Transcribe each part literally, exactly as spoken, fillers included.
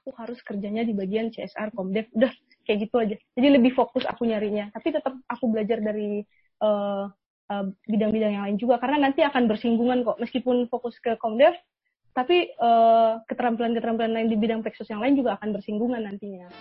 aku harus kerjanya di bagian C S R, Komdev, udah kayak gitu aja. Jadi lebih fokus aku nyarinya. Tapi tetap aku belajar dari uh, uh, bidang-bidang yang lain juga, karena nanti akan bersinggungan kok. Meskipun fokus ke Komdev, tapi uh, keterampilan-keterampilan lain di bidang Pexos yang lain juga akan bersinggungan nantinya.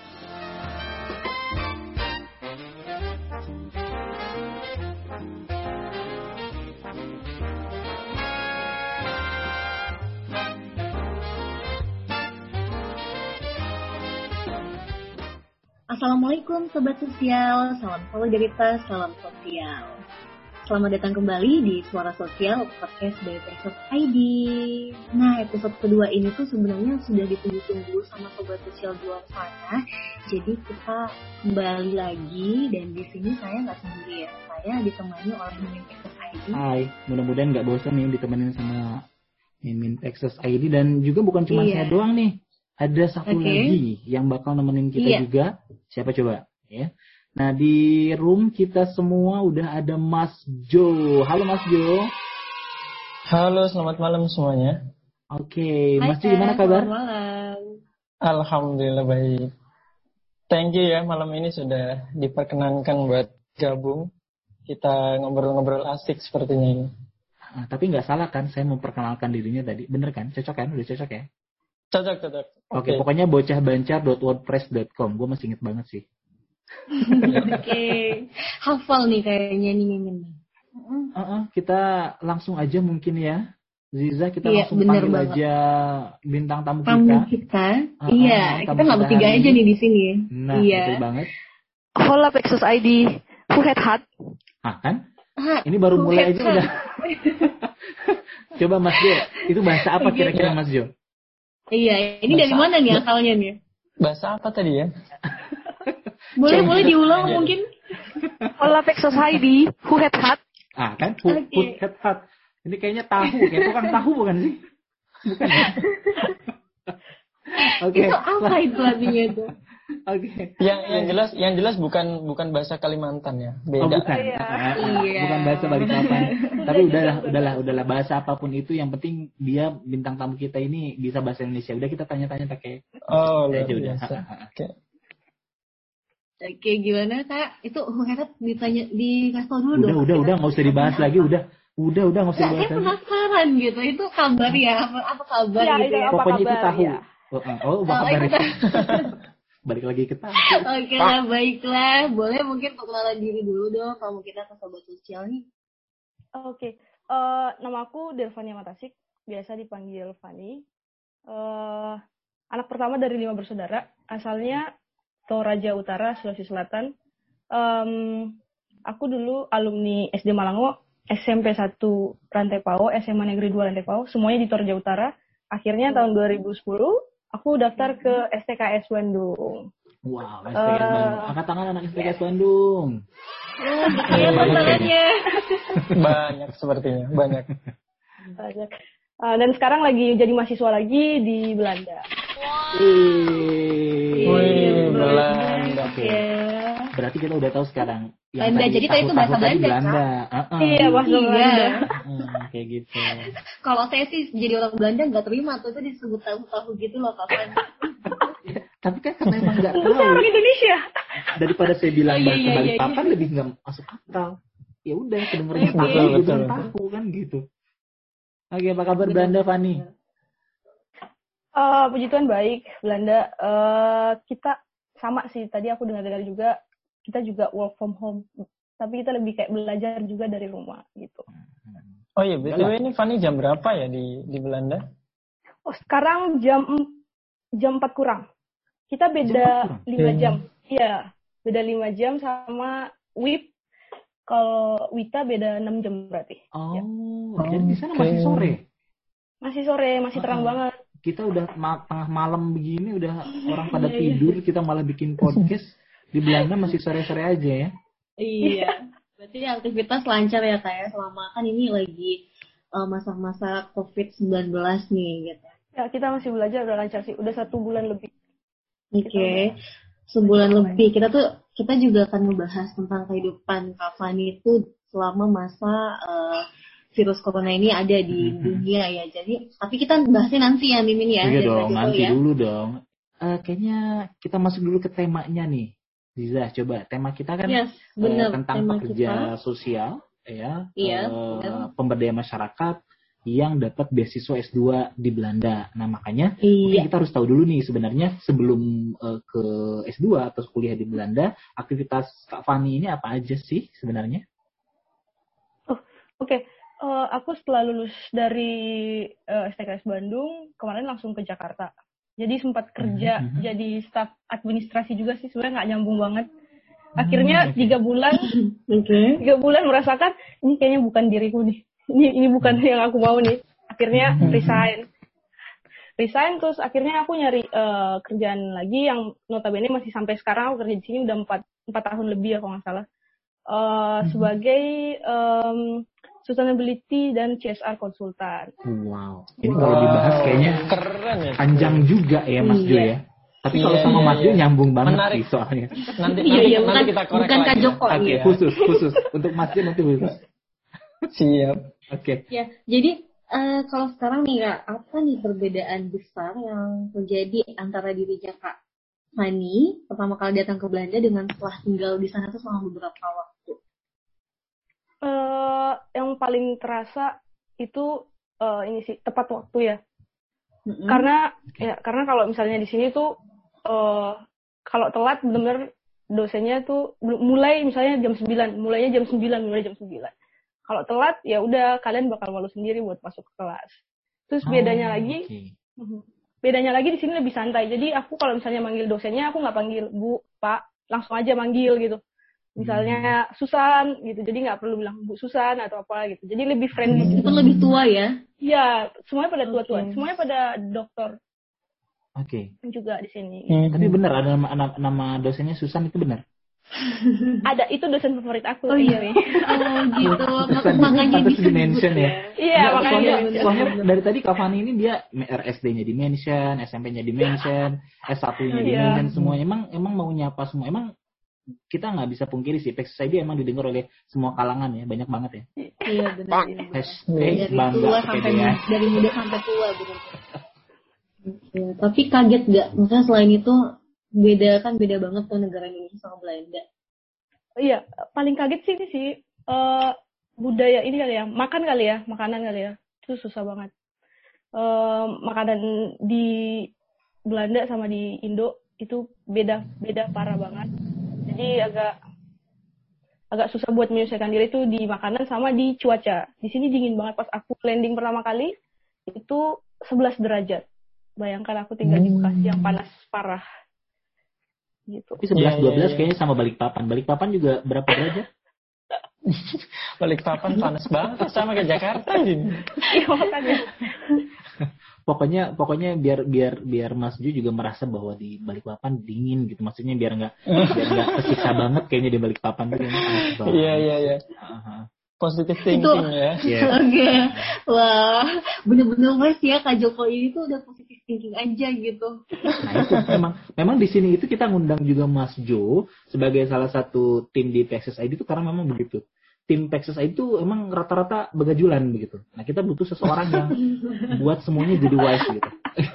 Assalamualaikum Sobat Sosial, salam solidaritas, salam sosial. Selamat datang kembali di Suara Sosial, podcast dari Pexos I D. Nah, episode kedua ini tuh sebenarnya sudah ditunggu-tunggu sama Sobat Sosial di luar sana. Jadi kita kembali lagi, dan di sini saya nggak sendiri ya. Saya ditemani oleh Mimin Pexos I D. Hai, mudah-mudahan nggak bosan nih ditemenin sama Mimin Pexos I D. Dan juga bukan cuma iya. saya doang nih. Ada satu okay. lagi yang bakal nemenin kita iya. juga. Siapa coba? Ya. Nah, di room kita semua udah ada Mas Jo. Halo Mas Jo. Halo, selamat malam semuanya. Oke, okay. Mas Jo gimana kabar? Selamat malam. Alhamdulillah baik. Thank you ya, malam ini sudah diperkenankan buat gabung. Kita ngobrol-ngobrol asik sepertinya ini. Nah, tapi nggak salah kan saya memperkenalkan dirinya tadi. Bener kan? Cocok kan? Udah cocok ya? Cocok, cocok. Oke, okay, pokoknya bocah bancar dot wordpress dot com. Gue masih inget banget sih. Oke, okay. Hafal nih kayaknya nih Mimin. Uh-uh, kita langsung aja mungkin ya, Ziza, kita iya, langsung panggil banget. aja bintang tamu, tamu kita. kita. Uh-uh, iya, kita nggak bertiga aja nih di sini. Nah, iya. betul banget. Hola Pexos I D, who had hat? Ah kan? Ah, ini baru mulai aja udah. Coba Mas Jo, itu bahasa apa kira-kira Mas Jo? Iya, ini bahasa dari mana nih asalnya nih? Bahasa apa tadi ya? Boleh, boleh diulang mungkin. Hola Pexos I D, who had hat? Ah kan, who, okay. who had hat. Ini kayaknya tahu, kayak tukang tahu bukan sih? Bukan ya? Oke. Okay. Itu apa itu artinya itu? Oke. Okay. Yang yang jelas, yang jelas bukan bukan bahasa Kalimantan ya, beda. Oh, bukan. Iya. Uh, bukan bahasa Balikpapan. Tapi udahlah, udahlah, udahlah bahasa apapun itu yang penting dia bintang tamu kita ini bisa bahasa Indonesia. Udah kita tanya-tanya pakai. Oh, luar biasa. Oke. Oke, gimana Kak? Itu Herat ditanya dikasih tahu dulu udah, dong. Udah, udah, nggak usah dibahas lagi, udah. Udah, udah nggak usah dibahas lagi. Saya penasaran gitu. Itu kabar ya, apa, apa kabar ya, gitu ya? Pokoknya kabar, itu tahu. Ya. Oh, oh, apa kabar itu? Balik lagi ke tahu. Oke lah, baiklah. Boleh mungkin perkenalan diri dulu dong, kalau kita ke Sobat Sosial nih. Oke, okay. uh, nama aku Delvania Matasik, biasa dipanggil Fani. Uh, anak pertama dari lima bersaudara, asalnya Toraja Utara, Sulawesi Selatan. Um, aku dulu alumni S D Malango, S M P satu Rantai Pao, S M A Negeri dua Rantai Pao, semuanya di Toraja Utara. Akhirnya tahun dua ribu sepuluh, aku daftar ke S T K S Bandung. Wow, S T K S uh, Bandung. Angkat tangan anak S T K S Bandung. Iya, tangannya. Banyak sepertinya, banyak. Banyak. Uh, dan sekarang lagi jadi mahasiswa lagi di Belanda. Wih, Wih, Belanda. Oke. Yeah. Berarti kita udah tahu sekarang. Belanda, jadi tadi itu bahasa Belanda. Belanda. Uh-uh. Iya, bahasa Belanda. Uh, kayak gitu. Kalau saya sih jadi orang Belanda nggak terima tuh, itu disebut tahu-tahu gitu loh kapan. Tapi kan karena emang nggak tahu. Saya orang Indonesia. Daripada saya bilang oh, iya, bahasa iya, Balikpapan iya. lebih nggak masuk akal. Ya udah, kedengerannya tahu, betul, betul, betul. tahu kan gitu. Oke, apa kabar Belanda, Fani? Uh, puji Tuhan baik, Belanda. Uh, kita sama sih, tadi aku dengar-dengar juga, kita juga work from home. Tapi kita lebih kayak belajar juga dari rumah gitu. Oh iya, B T W ini Fani jam berapa ya di di Belanda? Oh, sekarang jam jam empat kurang. Kita beda lima jam. Iya, beda lima jam sama W I P. Kalau Wita beda enam jam berarti. Oh, ya. Jadi di sana masih sore. Masih sore, masih terang uh, banget. Kita udah ma- tengah malam begini, udah orang pada tidur, kita malah bikin podcast. Di Belanda masih sore-sore aja ya. Iya. Berarti aktivitas lancar ya Kak ya, selama kan ini lagi uh, masa-masa covid sembilan belas nih gitu. Ya, kita masih belajar udah lancar sih, udah satu bulan lebih. Oke. Okay. Sebulan lebih. Kita tuh kita juga akan membahas tentang kehidupan Kak Fani itu selama masa uh, virus corona ini ada di mm-hmm. dunia ya. Jadi tapi kita bahasnya nanti ya Mimin ya. Iya dong, nanti ya. Dulu dong. uh, kayaknya kita masuk dulu ke temanya nih. Ziza, coba tema kita kan yes, bener, uh, tentang pekerja kita. sosial, ya, yes, uh, pemberdayaan masyarakat yang dapat beasiswa S dua di Belanda. Nah makanya iya. kita harus tahu dulu nih sebenarnya sebelum uh, ke S dua atau kuliah di Belanda, aktivitas Kak Fani ini apa aja sih sebenarnya? Oh, oke. Okay. Uh, aku setelah lulus dari uh, S T K S Bandung, kemarin langsung ke Jakarta. Jadi sempat kerja mm-hmm. jadi staf administrasi juga sih, sebenarnya nggak nyambung banget. Akhirnya tiga mm, okay. bulan, okay. tiga bulan merasakan ini kayaknya bukan diriku nih. Ini ini bukan mm. yang aku mau nih. Akhirnya mm-hmm. resign. Resign terus akhirnya aku nyari uh, kerjaan lagi yang notabene masih sampai sekarang aku kerja di sini udah empat empat tahun lebih ya kalau nggak salah. Uh, mm-hmm. Sebagai um, sustainability dan C S R konsultan. Wow. Ini wow. kalau dibahas kayaknya keren ya. Panjang juga ya Mas Jo ya. Tapi iya, kalau sama iya, Mas Jo iya. nyambung banget menarik sih soalnya. Nanti iya, iya, nanti kita korek bukan Kak Joko. Oke, okay, ya. khusus khusus untuk Mas Jo nanti khusus. Siap. Oke. Okay. Ya, jadi uh, kalau sekarang nih Kak, apa nih perbedaan besar yang terjadi antara dirinya Kak Fani pertama kali datang ke Belanda dengan setelah tinggal di sana tuh selama beberapa waktu? Uh, yang paling terasa itu uh, ini sih tepat waktu ya, mm-hmm. karena okay. ya karena kalau misalnya di sini tuh uh, kalau telat benar-benar dosennya tuh mulai misalnya jam sembilan, mulainya jam sembilan, mulai jam sembilan. Kalau telat ya udah kalian bakal malu sendiri buat masuk ke kelas. Terus bedanya oh, lagi, okay. bedanya lagi di sini lebih santai. Jadi aku kalau misalnya manggil dosennya aku nggak panggil Bu, Pak, langsung aja manggil gitu. Misalnya Susan gitu, jadi nggak perlu bilang Bu Susan atau apa gitu. Jadi lebih friendly. Hmm, itu lebih tua ya? Iya, semuanya pada tua-tua, okay. semuanya pada dokter. Oke. Okay. Juga di sini. Hmm. Tapi benar ada nama, nama dosennya Susan itu benar? Ada, itu dosen favorit aku. Oh iya. Oh gitu. Makanya di mention ya. Iya, makanya. Soalnya, soalnya dari tadi Kak Fani ini dia R S D-nya di mention, S M P-nya di mention, S satu-nya di mention, semuanya emang emang mau nyapa semua. Emang kita nggak bisa pungkiri sih, P X S I D emang didengar oleh semua kalangan ya, banyak banget ya. Iya benar. Hashtag bangga tua sampai ya. Dari muda sampai tua benar. Ya, tapi kaget nggak? Maksudnya selain itu beda kan beda banget tuh negara Indonesia sama Belanda. Iya, paling kaget sih ini sih uh, budaya ini kali ya, makan kali ya, makanan kali ya, itu susah banget. Uh, makanan di Belanda sama di Indo itu beda beda parah banget. Jadi agak agak susah buat menyesuaikan diri itu di makanan sama di cuaca. Di sini dingin banget. Pas aku landing pertama kali itu sebelas derajat. Bayangkan aku tinggal hmm. di Bekasi yang panas parah. Gitu. Tapi sebelas dua belas kayaknya sama Balikpapan. Balikpapan juga berapa derajat? Balikpapan panas banget sama kayak Jakarta ini. Iya makanya. Pokoknya pokoknya biar biar biar Mas Ju juga merasa bahwa di Balikpapan dingin gitu, maksudnya biar nggak biar nggak kesiksa banget kayaknya di Balikpapan tuh kayaknya. Iya iya iya. Positive thinking itu, ya. Yeah. Oke. Okay. Wah, bener-bener Mas ya Kak Joko ini tuh udah positive thinking aja gitu. Nah itu memang memang di sini itu kita ngundang juga Mas Jo sebagai salah satu tim di P X S I D itu karena memang begitu. Tim P X S I D itu emang rata-rata begajulan begitu. Nah kita butuh seseorang yang buat semuanya jadi wise gitu.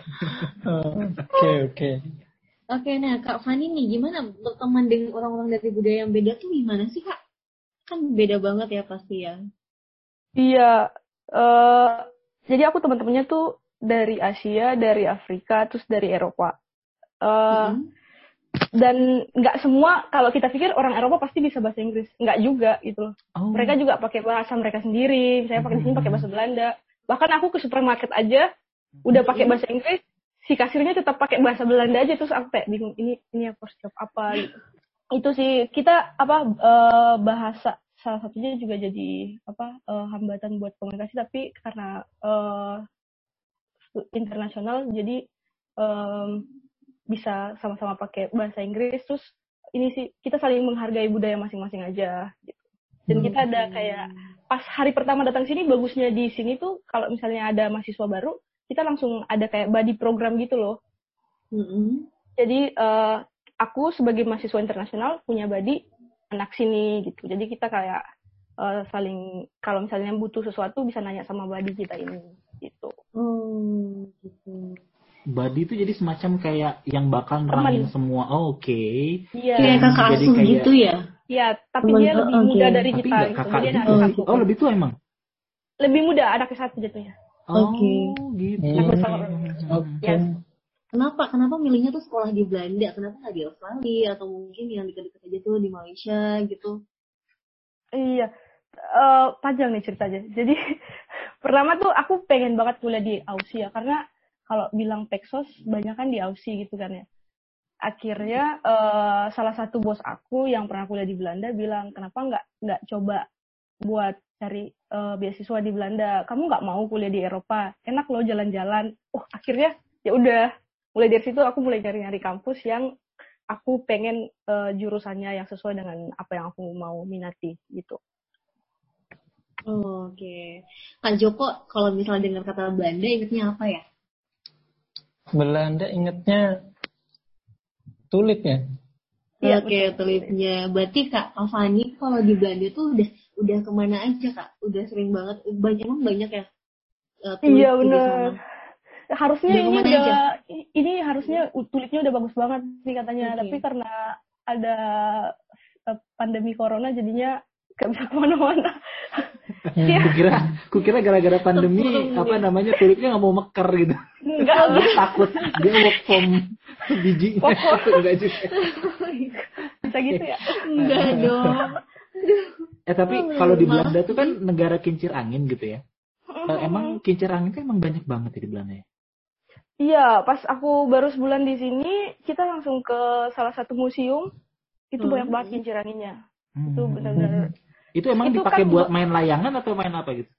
Oke oke. Oke, nah Kak Fani nih gimana berteman dengan orang-orang dari budaya yang beda tuh gimana sih Kak? Kan beda banget ya pasti ya. Iya. Uh, jadi aku teman-temannya tuh dari Asia, dari Afrika, terus dari Eropa. Uh, mm-hmm. Dan nggak semua, kalau kita pikir orang Eropa pasti bisa bahasa Inggris. Nggak juga gitu loh. Oh. Mereka juga pakai bahasa mereka sendiri. Misalnya pakai di sini pakai bahasa Belanda. Bahkan aku ke supermarket aja udah pakai bahasa Inggris, si kasirnya tetap pakai bahasa Belanda aja, terus aku kayak bingung ini ini aku harus jawab apa gitu. Itu sih kita apa uh, bahasa salah satunya juga jadi apa uh, hambatan buat komunikasi, tapi karena uh, internasional jadi um, bisa sama-sama pakai bahasa Inggris, terus ini sih kita saling menghargai budaya masing-masing aja gitu. Dan kita ada kayak pas hari pertama datang sini, bagusnya di sini tuh kalau misalnya ada mahasiswa baru, kita langsung ada kayak buddy program gitu loh. Mm-hmm. Jadi uh, aku sebagai mahasiswa internasional punya buddy anak sini gitu. Jadi kita kayak uh, saling kalau misalnya butuh sesuatu bisa nanya sama buddy kita ini gitu. Oh gitu. buddy itu jadi semacam kayak yang bakal nerangin semua. Oh, oke. Okay. Iya. Kayak kakak asuh kayak, gitu ya? Iya, tapi temen, dia lebih okay. muda dari tapi kita. Tapi kakak gitu. juga. Oh, oh, lebih tua emang? Lebih muda, anaknya satu jatuhnya. Oh, okay. gitu. Oke. Okay. Yes. Kenapa? Kenapa milihnya tuh sekolah di Belanda? Kenapa nggak di Australia atau mungkin yang dekat-dekat aja tuh di Malaysia gitu? Iya, uh, panjang nih ceritanya. Jadi pertama tuh aku pengen banget kuliah di Aussie ya, karena kalau bilang Pexos banyak kan di Aussie gitu kan ya. Akhirnya uh, salah satu bos aku yang pernah kuliah di Belanda bilang, kenapa nggak nggak coba buat cari uh, beasiswa di Belanda? Kamu nggak mau kuliah di Eropa? Enak loh jalan-jalan. Oh akhirnya ya udah, mulai dari situ aku mulai nyari-nyari kampus yang aku pengen uh, jurusannya yang sesuai dengan apa yang aku mau minati gitu. Oh, Oke, okay. Kak Joko, kalau misalnya dengar kata Belanda ingetnya apa ya? Belanda ingetnya tulip ya. Ya, Oke, okay, tulipnya. Berarti Kak Avani kalau di Belanda tuh udah udah kemana aja Kak? Udah sering banget, banyak emang banyak ya uh, tulip iya, di sana. Harusnya udah ini udah aja? ini harusnya tulipnya udah bagus banget nih katanya, okay. Tapi karena ada uh, pandemi corona jadinya gak bisa kemana-mana. Ya. Kukira, kukira gara-gara pandemi apa namanya tulipnya nggak mau mekar gitu. Enggak, dia takut dia work from biji. Enggak juga. Bisa gitu ya? Enggak dong. Eh tapi oh, kalau di Belanda tuh kan negara kincir angin gitu ya. Uh, emang kincir angin tuh emang banyak banget ya di Belanda ya? Iya, pas aku baru sebulan di sini, kita langsung ke salah satu museum, itu hmm. banyak banget kincir anginnya. Hmm. Itu benar-benar. Itu emang itu dipakai kan buat main layangan atau main apa gitu?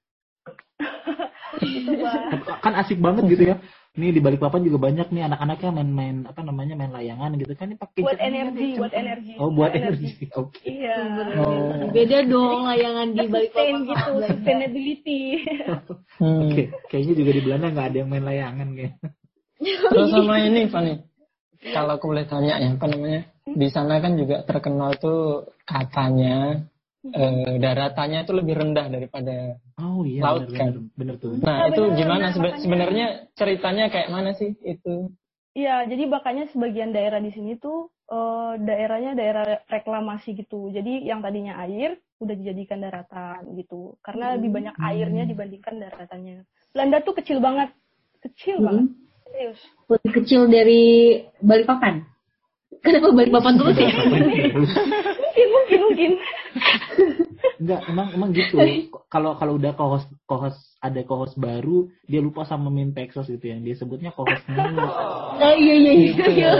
Itu kan asik banget gitu ya. Ini di Balikpapan juga banyak nih anak-anaknya main-main apa namanya main layangan gitu kan, ini pakai buat energi, buat energi. Oh, buat energi. Oke. Okay. Iya. Oh. Beda dong layangan di Balikpapan gitu, sustainability. Oke, okay. Kayaknya juga di Belanda nggak ada yang main layangan kayak. Terus sama ini Fanny, kalau aku boleh tanya ya, apa namanya, di sana kan juga terkenal tuh katanya eh, daratannya itu lebih rendah daripada oh, iya, laut bener, kan. Bener, bener tuh. Nah ya, itu bener, gimana bener, sebenarnya ceritanya kayak mana sih itu? Iya, jadi makanya sebagian daerah di sini tuh uh, daerahnya daerah reklamasi gitu. Jadi yang tadinya air udah dijadikan daratan gitu, karena hmm. lebih banyak airnya dibandingkan daratannya. Belanda tuh kecil banget, kecil hmm. banget. Serius. Lebih kecil dari Balikpapan. Kenapa Balikpapan terus ya? mungkin, mungkin, mungkin. Enggak, emang emang gitu. Kalau kalau udah kohos kohos ada kohos baru, dia lupa sama meme Pexos gitu ya. Dia sebutnya kohos mulu. Oh iya iya iya.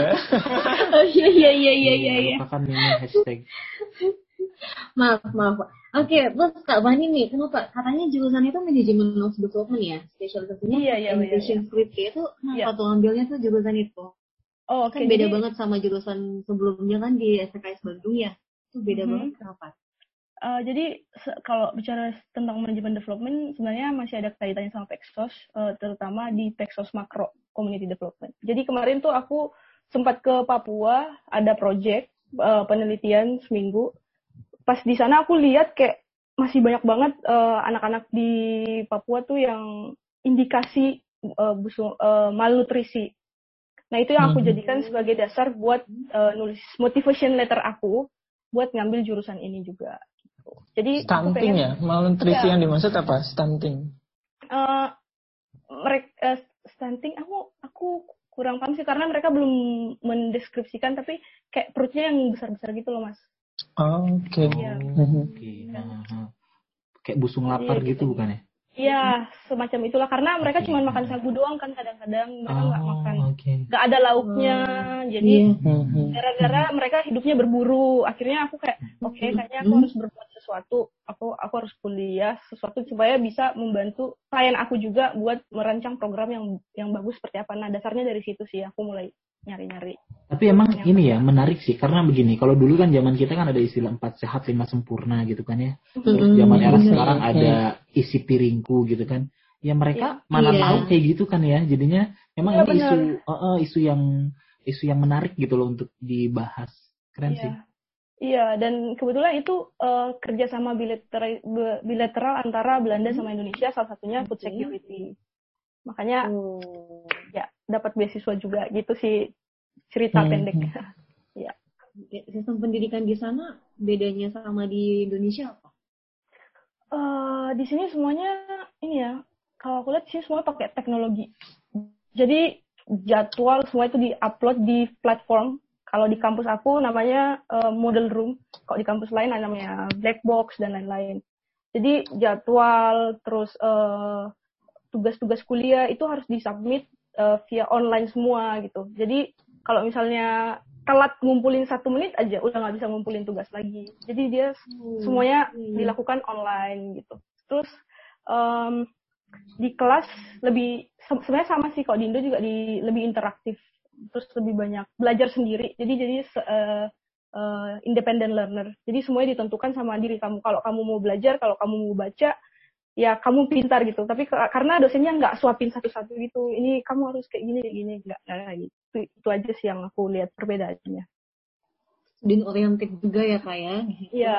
Oh iya iya iya iya iya. Lupakan meme hashtag. Maaf maaf. Oke, okay, terus Kak Bani nih, kenapa katanya jurusan itu manajemen of development ya? Spesialisasinya iya, iya, Innovation Street ya, itu kenapa iya. tuh ambilnya tuh jurusan itu? Oh, oke. Okay, kan beda jadi, banget sama jurusan sebelumnya kan di S T K S Bandung ya. Itu beda mm-hmm. banget kenapa? Uh, jadi se- kalau bicara tentang manajemen development sebenarnya masih ada kaitannya sama Pexos, uh, terutama di Pexos Makro Community Development. Jadi kemarin tuh aku sempat ke Papua, ada project uh, penelitian seminggu. Pas di sana aku lihat kayak masih banyak banget uh, anak-anak di Papua tuh yang indikasi uh, busung, uh, malnutrisi. Nah itu yang aku jadikan sebagai dasar buat uh, nulis motivation letter aku buat ngambil jurusan ini juga. Gitu. Jadi stunting pengen, ya, malnutrisi ya, yang dimaksud apa? Stunting? Uh, mereka uh, stunting aku aku kurang paham sih karena mereka belum mendeskripsikan, tapi kayak perutnya yang besar-besar gitu loh mas. Oh, oke. Okay. Ya. Okay. Nah, kayak busung lapar gitu, gitu bukan ya? Iya, semacam itulah karena mereka okay. cuma makan sagu doang kan kadang-kadang mereka nggak oh, makan, nggak okay. ada lauknya, oh, jadi yeah. gara-gara mereka hidupnya berburu, akhirnya aku kayak oke okay, kayaknya aku harus berbuat sesuatu, aku aku harus kuliah sesuatu supaya bisa membantu klien aku juga buat merancang program yang yang bagus seperti apa. Nah dasarnya dari situ sih aku mulai nyari-nyari. Tapi emang yang ini ya menarik sih karena begini, kalau dulu kan zaman kita kan ada istilah empat sehat lima sempurna gitu kan ya. Terus zaman era mm-hmm. sekarang ada isi piringku gitu kan. Ya mereka ya, mana iya. tahu kayak gitu kan ya. Jadinya emang ya, ini isu uh, uh, isu yang isu yang menarik gitu loh untuk dibahas. Keren ya. sih. Iya, dan kebetulan itu uh, kerjasama bilateral, bilateral antara Belanda sama Indonesia, salah satunya food security. Makanya Oh. ya dapat beasiswa juga gitu sih cerita Hmm. pendek. Ya. Oke, sistem pendidikan di sana bedanya sama di Indonesia apa? Eh, di sini semuanya ini ya, kalau aku lihat sih semua pakai teknologi. Jadi jadwal semua itu di-upload di platform. Kalau di kampus aku namanya uh, Model Room, kalau di kampus lain namanya Black Box dan lain-lain. Jadi jadwal terus uh, tugas-tugas kuliah itu harus disubmit uh, via online semua gitu. Jadi kalau misalnya telat ngumpulin satu menit aja udah nggak bisa ngumpulin tugas lagi. Jadi dia Hmm. semuanya Hmm. dilakukan online gitu. Terus um, di kelas lebih sebenarnya sama sih, kok di Indo juga di lebih interaktif, terus lebih banyak belajar sendiri. Jadi jadi uh, uh, independent learner. Jadi semuanya ditentukan sama diri kamu. Kalau kamu mau belajar, kalau kamu mau baca, ya kamu pintar gitu. Tapi ke- karena dosennya nggak suapin satu-satu gitu. Ini kamu harus kayak gini kayak gini, nggak nggak gitu. Itu, itu aja sih yang aku lihat perbedaannya. Student oriented juga ya kak ya? Iya,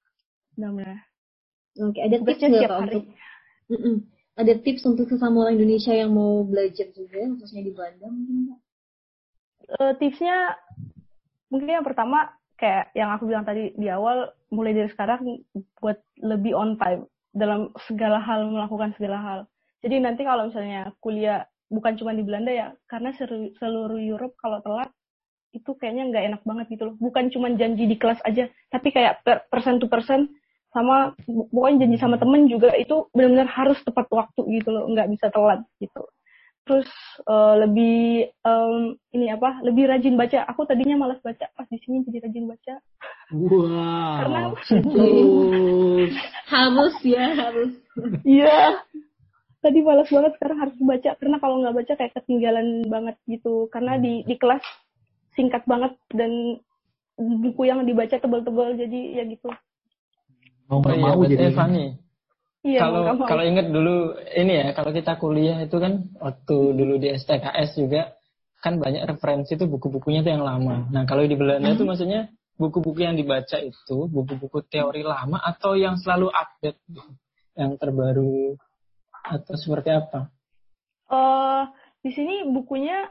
benar. Oke, ada tips Tugasnya nggak setiap kak hari. untuk Mm-mm. Ada tips untuk sesama orang Indonesia yang mau belajar juga, khususnya di Belanda mungkin Kak? Uh, tipsnya mungkin yang pertama kayak yang aku bilang tadi di awal, mulai dari sekarang buat lebih on time dalam segala hal, melakukan segala hal. Jadi nanti kalau misalnya kuliah bukan cuma di Belanda ya, karena seluruh, seluruh Europe kalau telat itu kayaknya nggak enak banget gitu loh. Bukan cuma janji di kelas aja, tapi kayak per, persen to persen sama pokoknya janji sama temen juga itu benar-benar harus tepat waktu gitu loh, nggak bisa telat gitu. Terus uh, lebih um, ini apa? Lebih rajin baca. Aku tadinya malas baca, pas di sini jadi rajin baca. Wow. Karena Terus Harus ya, harus. iya. Tadi malas banget, sekarang harus baca karena kalau nggak baca kayak ketinggalan banget gitu. Karena di di kelas singkat banget dan buku yang dibaca tebal-tebal, jadi ya gitu. mau Oh nggak iya, mau berarti jadi Fani. Iya, mau Kalau nggak mau. kalau ingat dulu ini ya, kalau kita kuliah itu kan waktu dulu di S T K S juga kan banyak referensi tuh buku-bukunya tuh yang lama. Nah, kalau di Belanda itu maksudnya buku-buku yang dibaca itu buku-buku teori lama atau yang selalu update gitu? Yang terbaru atau seperti apa? Uh, di sini bukunya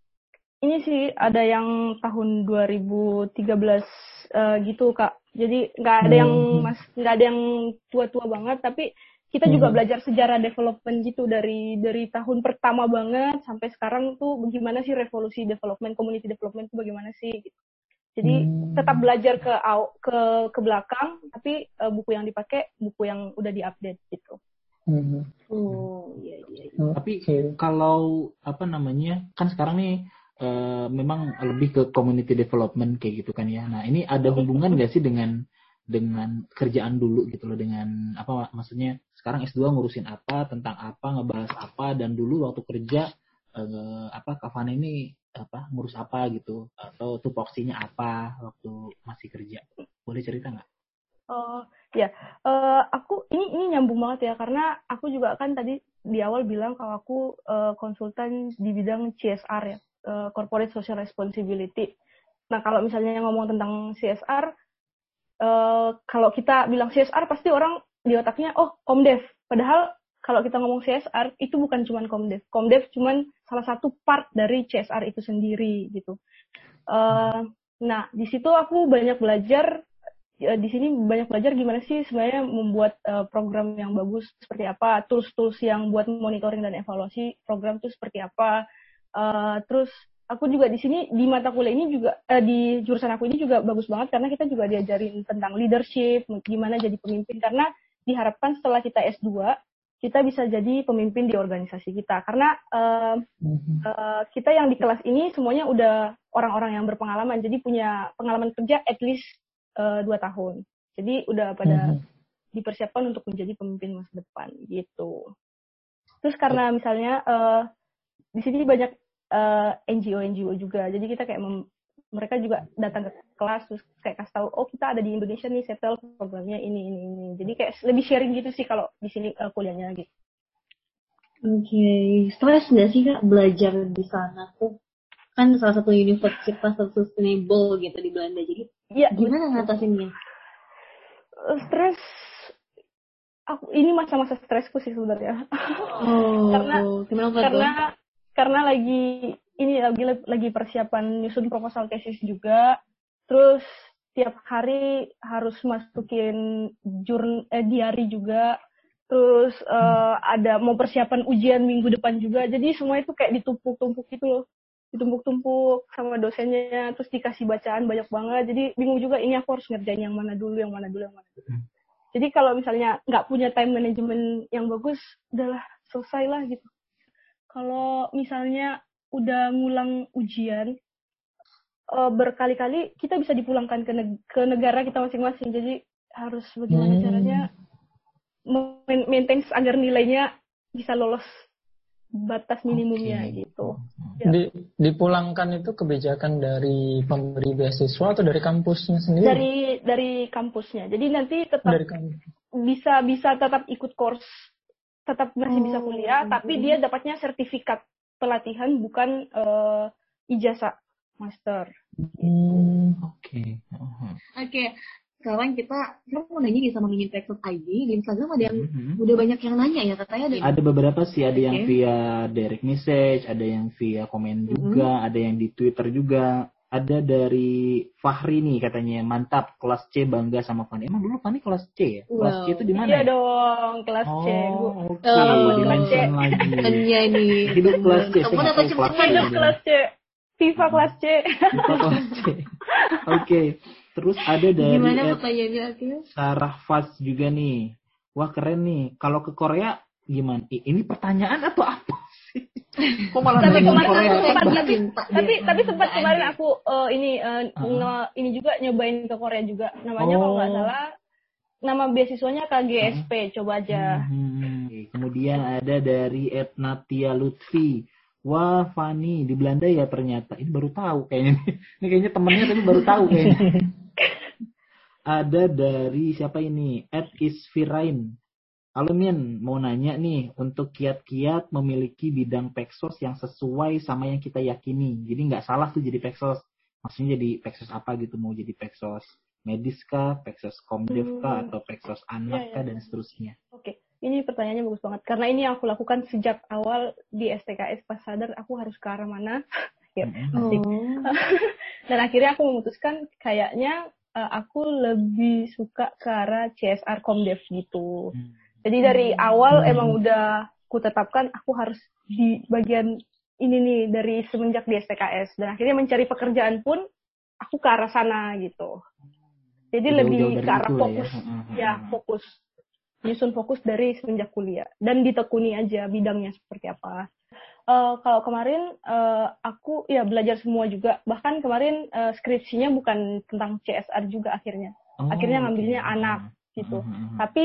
ini sih ada yang tahun dua ribu tiga belas uh, gitu Kak. Jadi nggak ada yang Hmm. mas nggak ada yang tua-tua banget, tapi kita juga Hmm. belajar sejarah development gitu dari dari tahun pertama banget sampai sekarang tuh bagaimana sih revolusi development, community development itu bagaimana sih gitu. Jadi Hmm. tetap belajar ke ke ke belakang, tapi uh, buku yang dipakai buku yang udah diupdate gitu. Hmm. Oh iya iya. iya. Tapi Okay. kalau apa namanya, kan sekarang nih uh, memang lebih ke community development kayak gitu kan ya. Nah ini ada hubungan nggak sih dengan dengan kerjaan dulu gitu loh, dengan apa maksudnya sekarang S dua ngurusin apa, tentang apa, ngebahas apa, dan dulu waktu kerja uh, apa Kavana ini apa ngurus apa gitu, atau tupoksinya apa waktu masih kerja, boleh cerita nggak? Oh ya, uh, aku ini ini nyambung banget ya karena aku juga kan tadi di awal bilang kalau aku uh, konsultan di bidang C S R ya, uh, Corporate Social Responsibility. Nah kalau misalnya ngomong tentang C S R, uh, kalau kita bilang C S R pasti orang di otaknya oh Komdev. Padahal kalau kita ngomong C S R itu bukan cuma Komdev. Komdev cuma salah satu part dari C S R itu sendiri gitu. Uh, nah di situ aku banyak belajar. Ya, di sini banyak belajar gimana sih sebenarnya membuat uh, program yang bagus seperti apa, tools-tools yang buat monitoring dan evaluasi program itu seperti apa. Uh, terus aku juga di sini di mata kuliah ini juga uh, di jurusan aku ini juga bagus banget karena kita juga diajarin tentang leadership, gimana jadi pemimpin, karena diharapkan setelah kita S dua kita bisa jadi pemimpin di organisasi kita karena uh, uh, kita yang di kelas ini semuanya udah orang-orang yang berpengalaman, jadi punya pengalaman kerja at least Uh, dua tahun. Jadi udah pada mm-hmm. dipersiapkan untuk menjadi pemimpin masa depan gitu. Terus karena misalnya uh, di sini banyak uh, N G O N G O juga, jadi kita kayak mem- mereka juga datang ke kelas terus kayak kasih tahu oh kita ada di Indonesia nih settle programnya ini ini ini. Jadi kayak lebih sharing gitu sih kalau di sini uh, kuliahnya gitu. Oke, okay. Stres nggak sih Kak belajar di sana tuh? Kan salah satu universitas sustainable gitu di Belanda, jadi ya, gimana ngatasinnya? Stres aku ini masa-masa stresku sih sebenarnya. Oh, karena kenapa karena tuh? karena lagi ini lagi lagi persiapan nyusun proposal tesis juga. Terus tiap hari harus masukin jurn eh, diary juga. Terus uh, ada mau persiapan ujian minggu depan juga. Jadi semua itu kayak ditumpuk-tumpuk gitu loh. Ditumpuk-tumpuk sama dosennya. Terus dikasih bacaan banyak banget. Jadi bingung juga ini aku harus ngerjain yang mana dulu, yang mana dulu, yang mana dulu. Jadi kalau misalnya nggak punya time management yang bagus, udahlah selesai lah gitu. Kalau misalnya udah ngulang ujian, uh, berkali-kali kita bisa dipulangkan ke, neg- ke negara kita masing-masing. Jadi harus bagaimana Hmm. caranya maintain agar nilainya bisa lolos batas minimumnya Oke. gitu. Ya. Di, dipulangkan itu kebijakan dari pemberi beasiswa atau dari kampusnya sendiri? Dari dari kampusnya. Jadi nanti tetap Dari kampus. bisa bisa tetap ikut course, tetap masih bisa kuliah, Oh. tapi dia dapatnya sertifikat pelatihan bukan uh, ijazah master. Hmm. Oke. Uh-huh. Oke, sekarang kita kita mau nanya nih sama Mimin Texas I D di Instagram ada yang Mhm. udah banyak yang nanya ya katanya ada. Ada beberapa sih, ada yang Oke. via direct message, ada yang via komen juga, ada yang di Twitter juga. Ada dari Fahri nih katanya, mantap kelas C bangga sama Fani. Emang dulu Fani kelas C ya? Kelas C Wow. itu di mana Iya ya? dong, kelas C. Gua- Oh, oke. Oh. kelas C. Di-mention lagi. Hanya nih. Hidup kelas C. Saya Kamu nggak apa tahu kelas C. Hidup dia. kelas C. FIFA kelas C. Kita kelas C. Oke. Terus ada dari Gimana Ed pertanyaannya akhirnya? Sarah Faz juga nih. Wah keren nih. Kalau ke Korea gimana? I- Ini pertanyaan atau apa sih? Kok malah Tapi nanya kemarin Korea? aku sempat Dia tapi minta, dia tapi, tapi minta sempat kemarin aja. aku uh, ini uh, Uh-huh. nge- ini juga nyobain ke Korea juga. Namanya Oh. kalau nggak salah nama beasiswanya K G S P. Coba aja. Hmm. Oke, kemudian ada dari Etnatia Lutfi. Wah, Fani di Belanda ya ternyata. Ini baru tahu kayaknya. Ini kayaknya temennya tapi baru tahu kayaknya. Ada dari siapa ini? Ed Isfirain. Halo Min, mau nanya nih, untuk kiat-kiat memiliki bidang peksos yang sesuai sama yang kita yakini. Jadi nggak salah tuh jadi peksos. Maksudnya jadi peksos apa gitu, mau jadi peksos medis kah, peksos komdev kah, Hmm. atau peksos anak Iya, kah, iya. dan seterusnya. Oke, ini pertanyaannya bagus banget. Karena ini yang aku lakukan sejak awal di S T K S, pas sadar aku harus ke arah mana. Ya, Mm-mm. asik. Oh. Dan akhirnya aku memutuskan kayaknya uh, aku lebih suka ke arah C S R Komdev gitu. Hmm. Jadi dari awal Hmm. emang udah ku tetapkan aku harus di bagian ini nih dari semenjak di S T K S. Dan akhirnya mencari pekerjaan pun aku ke arah sana gitu. Jadi Jauh-jauh lebih dari ke arah itu lah ya. fokus. Heeh, Ya, heeh. fokus. Nyusun fokus dari semenjak kuliah. Dan ditekuni aja bidangnya seperti apa. Uh, kalau kemarin uh, aku ya belajar semua juga. Bahkan kemarin uh, skripsinya bukan tentang C S R juga akhirnya. Oh, Akhirnya ngambilnya oke. anak gitu. Heeh, heeh. Tapi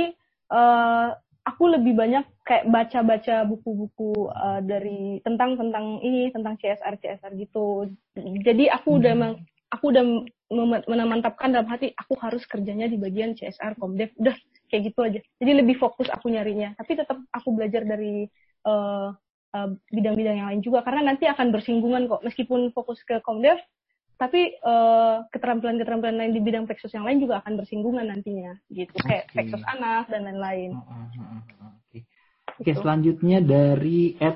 uh, aku lebih banyak kayak baca-baca buku-buku uh, dari tentang tentang ini tentang C S R C S R gitu. Jadi aku udah meng- aku udah mem- menamantapkan dalam hati aku harus kerjanya di bagian C S R Komdev. Udah kayak gitu aja. Jadi lebih fokus aku nyarinya. Tapi tetap aku belajar dari uh, uh, bidang-bidang yang lain juga karena nanti akan bersinggungan kok. Meskipun fokus ke Komdev, tapi uh, keterampilan-keterampilan lain di bidang peksos yang lain juga akan bersinggungan nantinya gitu. Kayak Oke. peksos anak dan lain-lain. Heeh, heeh, heeh. Oke. Oke, Gitu. selanjutnya dari Ed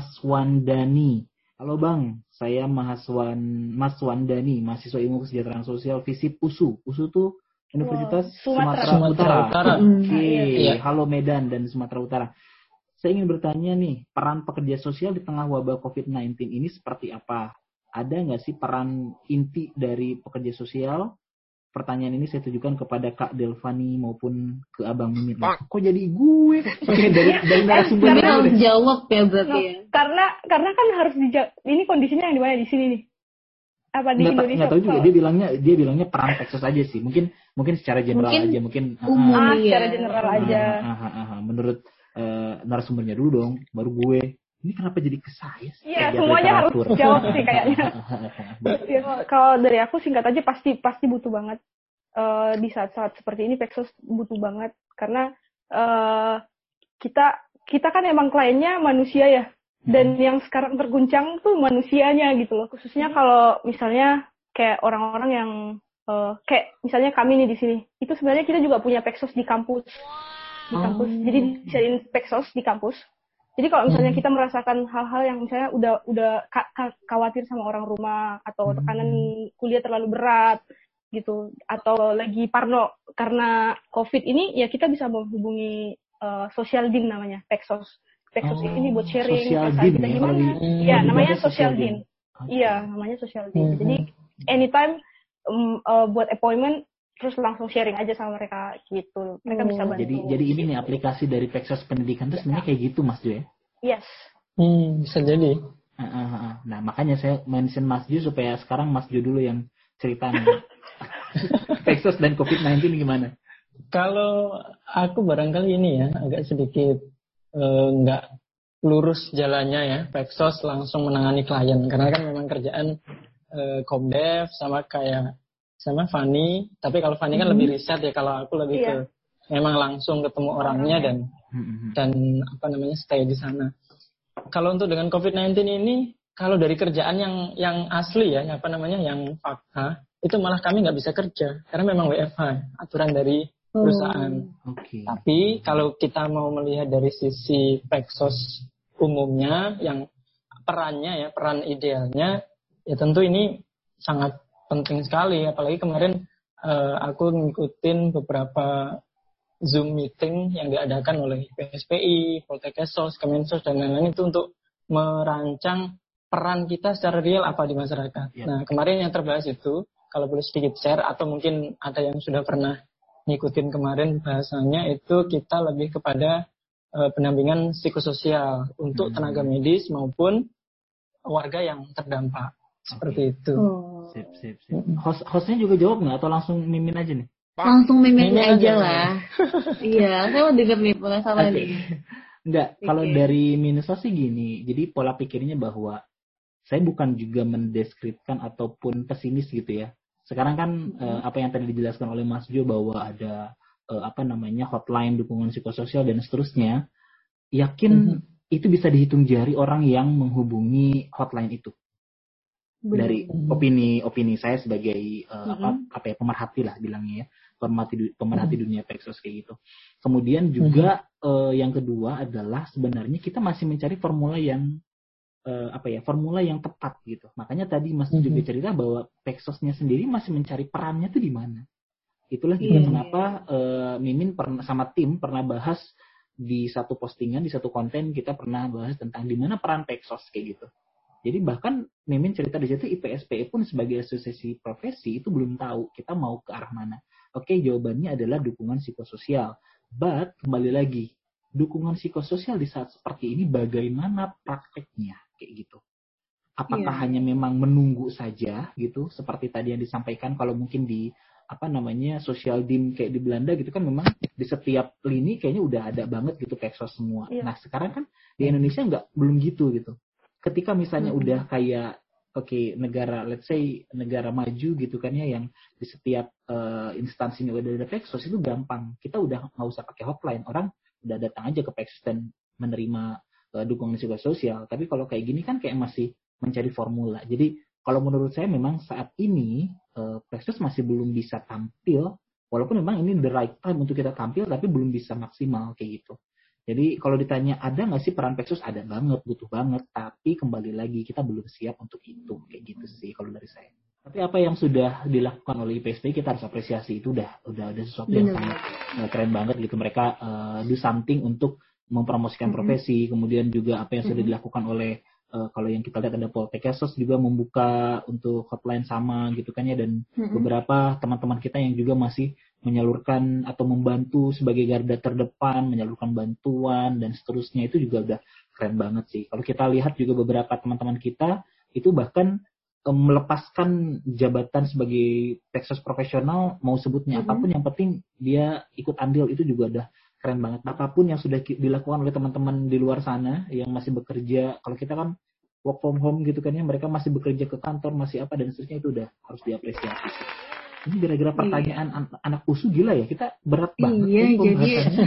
Maswandani. Halo Bang, saya Mahaswan Mas Wandani, mahasiswa ilmu kesejahteraan sosial FISIP U S U. U S U tuh Universitas Wow, Sumatera. Sumatera, Sumatera Utara. Utara. Oke, Iya. halo Medan dan Sumatera Utara. Saya ingin bertanya nih, peran pekerja sosial di tengah wabah covid sembilan belas ini seperti apa? Ada nggak sih peran inti dari pekerja sosial? Pertanyaan ini saya tujukan kepada Kak Delvani maupun ke Abang Mimin. Kok jadi gue? Oke, dari dari narasumbernya Tapi dulu harus deh. jawab ya berarti No, ya. karena karena kan harus dijawab. Ini kondisinya yang di mana di sini nih? Apa di Nggak, ta- Indonesia? nggak tahu juga, Kalau- dia bilangnya dia bilangnya peran peksos aja sih. Mungkin mungkin secara general Mungkin aja, mungkin ah, umum. ah, Iya. secara general ah, aja. ah, ah, ah, ah. Menurut eh, narasumbernya dulu dong, baru gue. Ini kenapa jadi ke saya sih? Iya, Kayak biar semuanya harus teratur. jawab sih kayaknya. Ya, kalau dari aku singkat aja pasti pasti butuh banget. Eh, di saat-saat seperti ini peksos butuh banget karena eh, kita kita kan emang kliennya manusia ya, dan yang sekarang terguncang tuh manusianya gitu loh, khususnya kalau misalnya kayak orang-orang yang uh, kayak misalnya kami nih di sini, itu sebenarnya kita juga punya peksos di kampus di kampus. Oh. Jadi disediain Peksos di kampus. Jadi kalau misalnya hmm. kita merasakan hal-hal yang misalnya udah udah ka- ka- khawatir sama orang rumah atau tekanan kuliah terlalu berat gitu, atau lagi parno karena COVID ini, ya kita bisa menghubungi uh, Social Din namanya, Peksos. Peksos oh, ini buat sharing perasaan kita ya, gimana. Hmm, ya, namanya Social Din. Okay. Iya, namanya Social Din. Hmm. Jadi anytime um, uh, buat appointment terus langsung sharing aja sama mereka gitu. Mereka hmm. bisa bantu. Jadi jadi ini nih aplikasi dari Peksos Pendidikan itu sebenarnya kayak gitu Mas Jo ya? Yes. Hmm, bisa jadi. Uh, uh, uh. Nah, makanya saya mention Mas Jo supaya sekarang Mas Jo dulu yang ceritanya. Peksos dan covid sembilan belas gimana? Kalau aku barangkali ini ya agak sedikit uh, nggak lurus jalannya ya. Peksos langsung menangani klien karena kan memang kerjaan uh, Komdev sama kayak sama Fanny. Tapi kalau Fanny kan mm-hmm. lebih riset ya. Kalau aku lebih yeah. ke memang langsung ketemu orangnya dan mm-hmm. dan apa namanya stay di sana. Kalau untuk dengan covid sembilan belas ini, kalau dari kerjaan yang yang asli ya, apa namanya yang fakta, itu malah kami nggak bisa kerja karena memang W F H aturan dari perusahaan. Oh, okay. Tapi kalau kita mau melihat dari sisi Peksos umumnya, yang perannya ya peran idealnya, ya tentu ini sangat penting sekali. Apalagi kemarin uh, aku ngikutin beberapa Zoom meeting yang diadakan oleh P S P I, Poltekkes, Kemensos dan lain-lain itu untuk merancang peran kita secara real apa di masyarakat. Ya. Nah kemarin yang terbahas itu, kalau boleh sedikit share atau mungkin ada yang sudah pernah ngikutin kemarin bahasanya, itu kita lebih kepada uh, pendampingan psikososial untuk hmm. tenaga medis maupun warga yang terdampak. Seperti okay. itu. Oh. Sip, sip, sip. Host, hostnya juga jawab nggak atau langsung mimin aja nih? Langsung mimin, mimin aja, aja lah. Iya, saya mau denger nih penasaran nih. Enggak, okay. Kalau dari Minusa sih gini. Jadi pola pikirnya bahwa saya bukan juga mendeskripsikan ataupun pesimis gitu ya. Sekarang kan mm-hmm. uh, apa yang tadi dijelaskan oleh Mas Jo bahwa ada uh, apa namanya hotline dukungan psikososial dan seterusnya. Yakin mm-hmm. itu bisa dihitung jari orang yang menghubungi hotline itu. Benar. Dari opini-opini saya sebagai uh, mm-hmm. apa apa ya pemerhati lah bilangnya ya, pemerhati pemerhati mm-hmm. dunia Peksos kayak gitu. Kemudian juga mm-hmm. uh, yang kedua adalah sebenarnya kita masih mencari formula yang Uh, apa ya formula yang tepat gitu. Makanya tadi Mas mm-hmm. juga cerita bahwa Peksosnya sendiri masih mencari perannya tuh di mana. Itulah juga mm-hmm. kenapa uh, Mimin pernah sama tim pernah bahas di satu postingan, di satu konten kita pernah bahas tentang di mana peran Peksos kayak gitu. Jadi bahkan Mimin cerita di situ I P S P I pun sebagai asosiasi profesi itu belum tahu kita mau ke arah mana. Oke, jawabannya adalah dukungan psikososial. But kembali lagi, dukungan psikososial di saat seperti ini bagaimana prakteknya? Kayak gitu. Apakah yeah. hanya memang menunggu saja gitu seperti tadi yang disampaikan kalau mungkin di apa namanya social dim kayak di Belanda gitu kan memang di setiap lini kayaknya udah ada banget gitu Peksos semua. Yeah. Nah, sekarang kan di Indonesia nggak belum gitu gitu. Ketika misalnya mm-hmm. udah kayak oke okay, negara let's say negara maju gitu kan ya yang di setiap uh, instansinya udah ada Peksos itu gampang. Kita udah nggak usah pakai hotline, orang udah datang aja ke Peksos dan menerima dukungan psikososial. Tapi kalau kayak gini kan kayak masih mencari formula. Jadi kalau menurut saya memang saat ini uh, Peksos masih belum bisa tampil, walaupun memang ini the right time untuk kita tampil, tapi belum bisa maksimal kayak gitu. Jadi kalau ditanya ada nggak sih peran Peksos, ada banget, butuh banget. Tapi kembali lagi kita belum siap untuk itu kayak gitu sih kalau dari saya. Tapi apa yang sudah dilakukan oleh I P S P I kita harus apresiasi, itu udah udah ada sesuatu yang Benar. sangat uh, keren banget gitu. Mereka uh, do something untuk mempromosikan mm-hmm. profesi, kemudian juga apa yang sudah mm-hmm. dilakukan oleh uh, kalau yang kita lihat ada Poltekkes juga membuka untuk hotline sama gitu kan ya, dan mm-hmm. beberapa teman-teman kita yang juga masih menyalurkan atau membantu sebagai garda terdepan, menyalurkan bantuan dan seterusnya, itu juga udah keren banget sih. Kalau kita lihat juga beberapa teman-teman kita itu bahkan um, melepaskan jabatan sebagai Peksos profesional, mau sebutnya mm-hmm. apapun yang penting dia ikut andil, itu juga udah keren banget. Apapun yang sudah dilakukan oleh teman-teman di luar sana yang masih bekerja, kalau kita kan work from home gitu kan ya, mereka masih bekerja ke kantor, masih apa dan seterusnya, itu udah harus diapresiasi. Ini gara-gara pertanyaan iya. an- anak usu gila ya, kita berat banget iya, kan pembahasannya.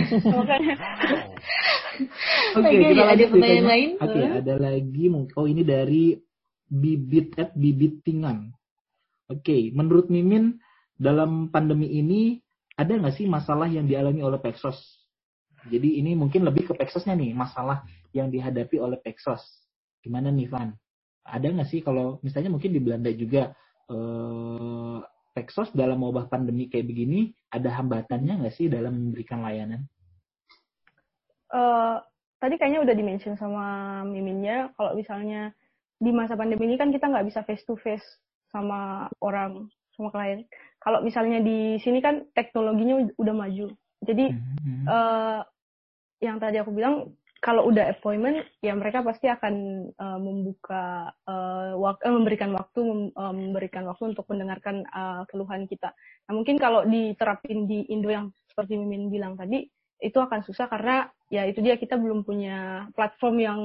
Oke, okay, kita lanjut ada pertanyaan lain. Oke, okay, ada lagi mungkin. Oh, ini dari Bibit at Bibit Tingan. Oke, okay, menurut Mimin dalam pandemi ini ada nggak sih masalah yang dialami oleh Peksos? Jadi ini mungkin lebih ke Pexosnya nih, masalah yang dihadapi oleh Pexos. Gimana nih, Van? Ada nggak sih kalau misalnya mungkin di Belanda juga eh, Pexos dalam wabah pandemi kayak begini, ada hambatannya nggak sih dalam memberikan layanan? Uh, tadi kayaknya udah di-mention sama Miminnya, kalau misalnya di masa pandemi ini kan kita nggak bisa face-to-face sama orang, sama klien. Kalau misalnya di sini kan teknologinya udah maju. Jadi mm-hmm. uh, yang tadi aku bilang, kalau udah appointment, ya mereka pasti akan uh, membuka, uh, wak- uh, memberikan waktu, mem- uh, memberikan waktu untuk mendengarkan uh, keluhan kita. Nah mungkin kalau diterapin di Indo yang seperti Mimin bilang tadi, itu akan susah karena ya itu dia, kita belum punya platform yang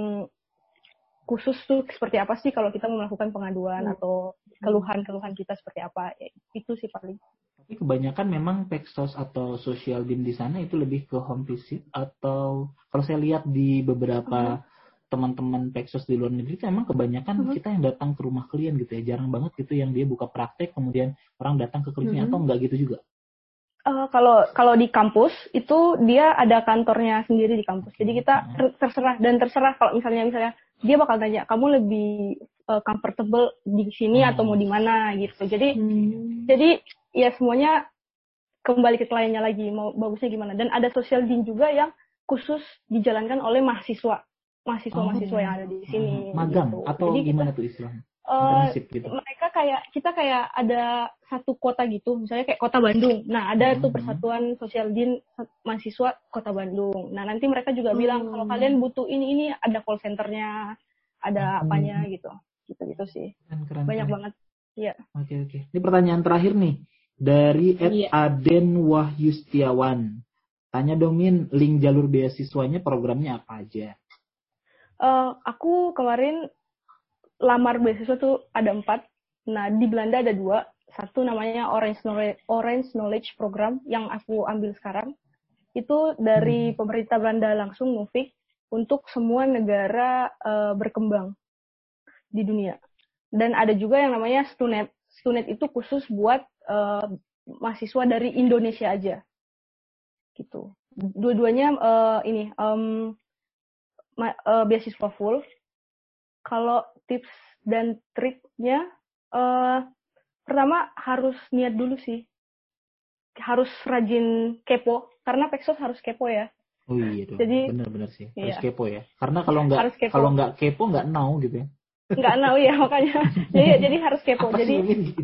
khusus tuh seperti apa sih kalau kita mau melakukan pengaduan hmm. atau keluhan-keluhan kita seperti apa. Ya, itu sih paling. Tapi kebanyakan memang Pexos atau social beam di sana itu lebih ke home visit, atau kalau saya lihat di beberapa uh-huh. teman-teman Pexos di luar negeri itu emang kebanyakan uh-huh. kita yang datang ke rumah klien gitu ya, jarang banget gitu yang dia buka praktek kemudian orang datang ke kliniknya, uh-huh. atau enggak gitu juga. Uh, kalau kalau di kampus itu dia ada kantornya sendiri di kampus. Jadi kita ter- terserah dan terserah kalau misalnya misalnya dia bakal tanya kamu lebih uh, comfortable di sini hmm. atau mau di mana gitu. Jadi hmm. jadi ya semuanya kembali ke kliennya lagi mau bagusnya gimana. Dan ada social dean juga yang khusus dijalankan oleh mahasiswa mahasiswa-mahasiswa oh, yang ada di sini. Magang gitu. atau jadi gimana kita, tuh istilahnya? Uh, gitu. Mereka kayak kita kayak ada satu kota gitu, misalnya kayak Kota Bandung. Nah ada mm-hmm. tuh persatuan sosial din mahasiswa Kota Bandung. Nah nanti mereka juga mm. bilang kalau kalian butuh ini ini ada call centernya, ada mm. apanya gitu, gitu gitu sih. Keren, keren, banyak keren. banget. Iya. Oke oke. Ini pertanyaan terakhir nih dari Ed yeah. Aden Wahyu Setiawan. Tanya dong Min, link jalur beasiswanya programnya apa aja? Uh, aku kemarin lamar beasiswa tuh ada empat. Nah, di Belanda ada dua. Satu namanya Orange Knowledge, Orange Knowledge Program yang aku ambil sekarang. Itu dari hmm. pemerintah Belanda langsung Novik untuk semua negara uh, berkembang di dunia. Dan ada juga yang namanya Stunet. Stunet itu khusus buat uh, mahasiswa dari Indonesia aja. Gitu. Dua-duanya uh, ini um, ma- uh, beasiswa full. Kalau tips dan triknya, uh, pertama harus niat dulu sih. Harus rajin kepo, karena Pexos harus kepo ya. Oh iya dong, jadi benar-benar sih, harus iya. kepo ya. Karena kalau nggak kalau nggak kepo nggak know gitu ya. Nggak know ya makanya. jadi jadi harus kepo. Apa jadi gitu?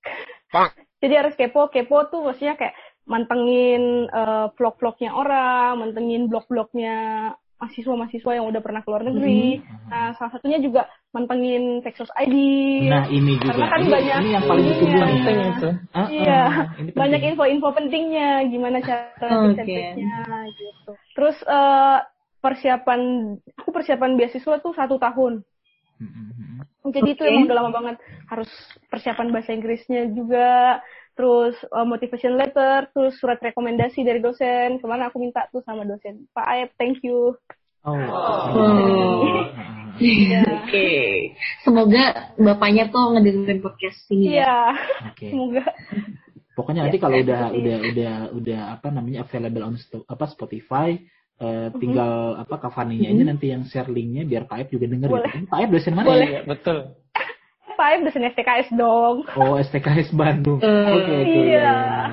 jadi harus kepo. Kepo tuh maksudnya kayak mantengin uh, vlog-vlognya orang, mantengin blog-blognya mahasiswa-mahasiswa yang udah pernah keluar negeri. Mm-hmm. Nah, salah satunya juga mantengin Pexos I D. Nah, ini juga. Karena kan ini, banyak ini yang paling ditunggu penting itu. Uh, iya, uh, banyak info-info pentingnya, gimana cara okay. gitu. Terus uh, persiapan, aku persiapan beasiswa tuh satu tahun. Mm-hmm. Jadi okay. itu emang udah lama banget. Harus persiapan bahasa Inggrisnya juga. Terus uh, motivation letter, terus surat rekomendasi dari dosen. Kemana aku minta tuh sama dosen, Pak Aep, thank you. Oh. oh. ya. Oke. Okay. Semoga bapaknya tuh ngedengerin podcast ini. Iya. Oke. Okay. Semoga. Pokoknya nanti ya, kalau udah udah udah udah udah apa namanya available on sto- apa Spotify, uh, tinggal mm-hmm. apa Kavaninya mm-hmm. aja nanti yang share linknya biar Pak Aep juga denger. Boleh. Gitu. Pak Aep dosen mana? Boleh. Ya, betul. Pak Aep dosen S T K S dong. Oh, S T K S Bandung. Uh, Oke, okay, okay, iya.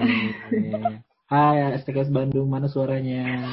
Hai, S T K S Bandung, mana suaranya?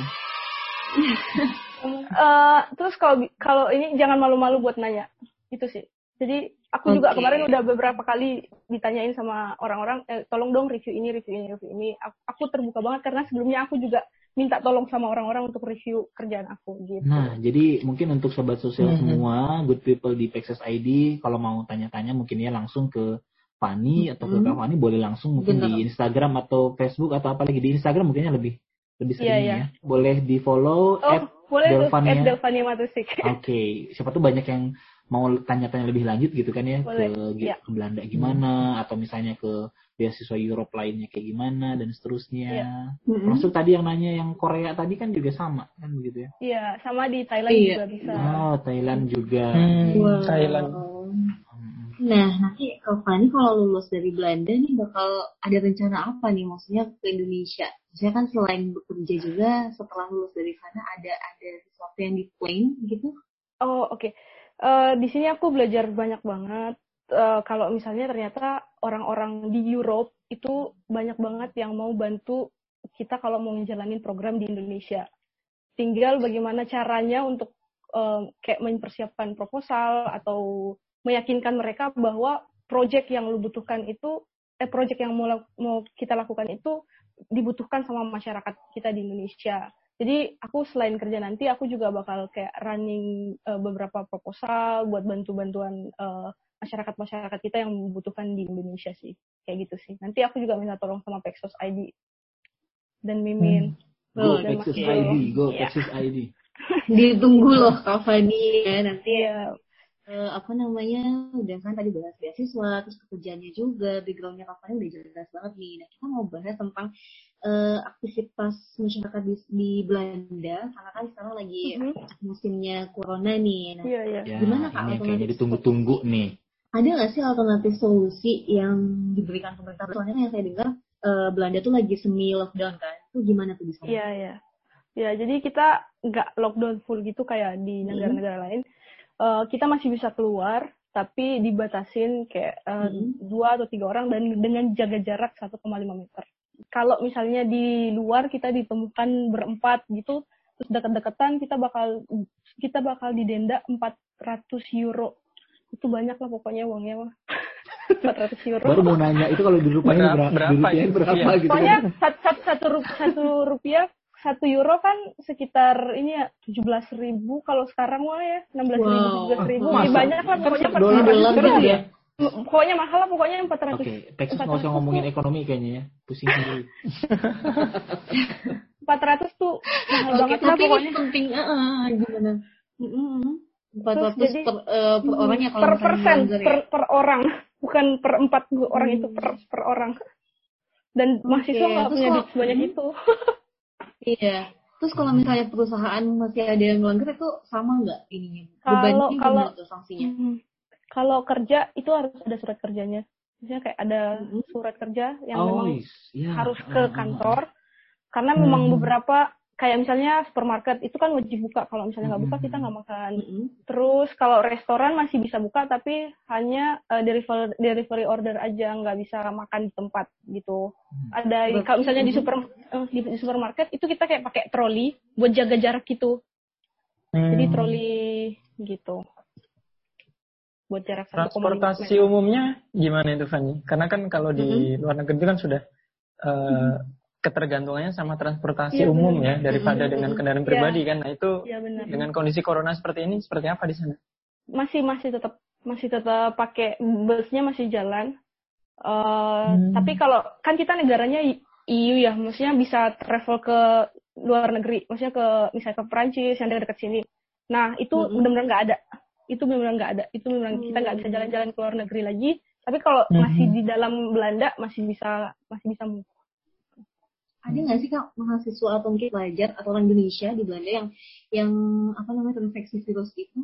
uh, terus kalau kalau ini jangan malu-malu buat nanya. Itu sih. Jadi aku okay. juga kemarin udah beberapa kali ditanyain sama orang-orang, eh, tolong dong review ini, review ini, review ini. Aku, aku terbuka banget karena sebelumnya aku juga minta tolong sama orang-orang untuk review kerjaan aku gitu. Nah, jadi mungkin untuk sobat sosial mm-hmm. semua, good people di Pexos I D, kalau mau tanya-tanya mungkin ya langsung ke Fani mm-hmm. atau ke Kak Fani, boleh langsung mungkin Bener. di Instagram atau Facebook atau apa lagi di Instagram mungkinnya lebih lebih sering yeah, yeah. ya. Boleh di follow oh, at boleh Delvania. At Delvania Matusik. Oke, okay. Siapa tuh banyak yang mau tanya-tanya lebih lanjut gitu kan ya boleh. ke yeah. ke Belanda gimana hmm. atau misalnya ke beasiswa Europe lainnya kayak gimana dan seterusnya. Yeah. Mm-hmm. Termasuk tadi yang nanya yang Korea tadi kan juga sama kan begitu ya? Iya, yeah, sama di Thailand yeah. juga bisa. Oh, Thailand juga. Hmm, wow. Thailand. Nah, nanti Kak Fani kalau lulus dari Belanda nih bakal ada rencana apa nih maksudnya ke Indonesia? Maksudnya kan selain bekerja juga setelah lulus dari sana ada ada sesuatu yang di plan gitu? Oh, oke. Okay. Uh, di sini aku belajar banyak banget. Uh, kalau misalnya ternyata orang-orang di Europe itu banyak banget yang mau bantu kita kalau mau ngejalanin program di Indonesia. Tinggal bagaimana caranya untuk um, kayak mempersiapkan proposal atau meyakinkan mereka bahwa proyek yang lu butuhkan itu, eh proyek yang mau, mau kita lakukan itu dibutuhkan sama masyarakat kita di Indonesia. Jadi aku selain kerja nanti, aku juga bakal kayak running uh, beberapa proposal buat bantu-bantuan uh, masyarakat-masyarakat kita yang membutuhkan di Indonesia sih. Kayak gitu sih. Nanti aku juga minta tolong sama Pexos I D dan Mimin. Hmm. Go Pexos I D, go yeah. Pexos I D. Ditunggu loh Kak Fani ya nanti ya. Uh, apa namanya udah kan tadi bahas beasiswa terus pekerjaannya juga backgroundnya Kak Fani udah jelas banget nih. Nah kita mau bahas tentang uh, aktivitas masyarakat di, di Belanda karena kan sekarang lagi mm-hmm. musimnya corona nih. Nah yeah, yeah. gimana Kak ya, alternatif? Kayaknya ditunggu-tunggu nih. Ada nggak sih alternatif solusi yang diberikan pemerintah? Soalnya yang saya dengar uh, Belanda tuh lagi semi lockdown kan? Itu gimana tuh di sana? Iya yeah, iya. Yeah. Ya jadi kita nggak lockdown full gitu kayak di negara-negara mm-hmm. lain. Uh, kita masih bisa keluar, tapi dibatasin kayak uh, mm-hmm. dua atau tiga orang dan dengan jaga jarak satu koma lima meter. Kalau misalnya di luar kita ditemukan berempat gitu, terus dekat-dekatan kita bakal kita bakal didenda empat ratus euro. Itu banyak lah pokoknya uangnya mah. empat ratus euro. Baru mau nanya itu kalau dirupain berapa? Berapa, berapa, berapa ya? gitu? Pokoknya satu, satu, satu, satu rupiah. Satu euro kan sekitar ini ya tujuh belas ribu kalau sekarang mah ya enam belas ribu tujuh belas ribu lebih banyak lah pokoknya dolar ya pokoknya mahal lah pokoknya empat ratus. Oke, Pexos nggak usah ngomongin ekonomi kayaknya ya pusing sendiri. empat ratus tuh mahal okay, banget lah pokoknya penting uh, gimana empat ratus per, uh, per orangnya kalau per persen ya? per, per orang bukan per empat orang hmm. itu per per orang dan mahasiswa nggak okay. punya duit sebanyak hmm. itu. Iya. Terus kalau misalnya perusahaan masih ada yang melanggar itu sama nggak ininya? Kalau kalau tuh sanksinya? Hmm, kalau kerja itu harus ada surat kerjanya. Misalnya kayak ada hmm. surat kerja yang oh, memang yeah. harus ke kantor. Karena memang hmm. beberapa kayak misalnya supermarket itu kan wajib buka. Kalau misalnya nggak buka kita nggak makan. Hmm. Terus kalau restoran masih bisa buka tapi hanya uh, delivery delivery order aja, nggak bisa makan di tempat gitu. Hmm. Ada kalau misalnya di super uh, di, di supermarket itu kita kayak pakai troli buat jaga jarak gitu. Hmm. Jadi troli gitu. Buat jarak satu koma lima meter. Transportasi umumnya gimana itu Fanny? Karena kan kalau di mm-hmm. luar negeri itu kan sudah uh, mm-hmm. ketergantungannya sama transportasi ya, umum bener. ya daripada mm-hmm. dengan kendaraan pribadi ya. kan. Nah itu ya, dengan kondisi corona seperti ini seperti apa di sana? Masih masih tetap masih tetap pakai busnya masih jalan. Uh, hmm. Tapi kalau kan kita negaranya E U ya, maksudnya bisa travel ke luar negeri, maksudnya ke misalnya ke Perancis yang dekat sini. Nah itu mm-hmm. benar-benar nggak ada. Itu benar-benar nggak ada. Itu benar hmm. kita nggak bisa jalan-jalan ke luar negeri lagi. Tapi kalau hmm. masih di dalam Belanda masih bisa masih bisa move. Ada nggak sih Kak mahasiswa atau mungkin pelajar atau orang Indonesia di Belanda yang yang apa namanya terinfeksi virus itu?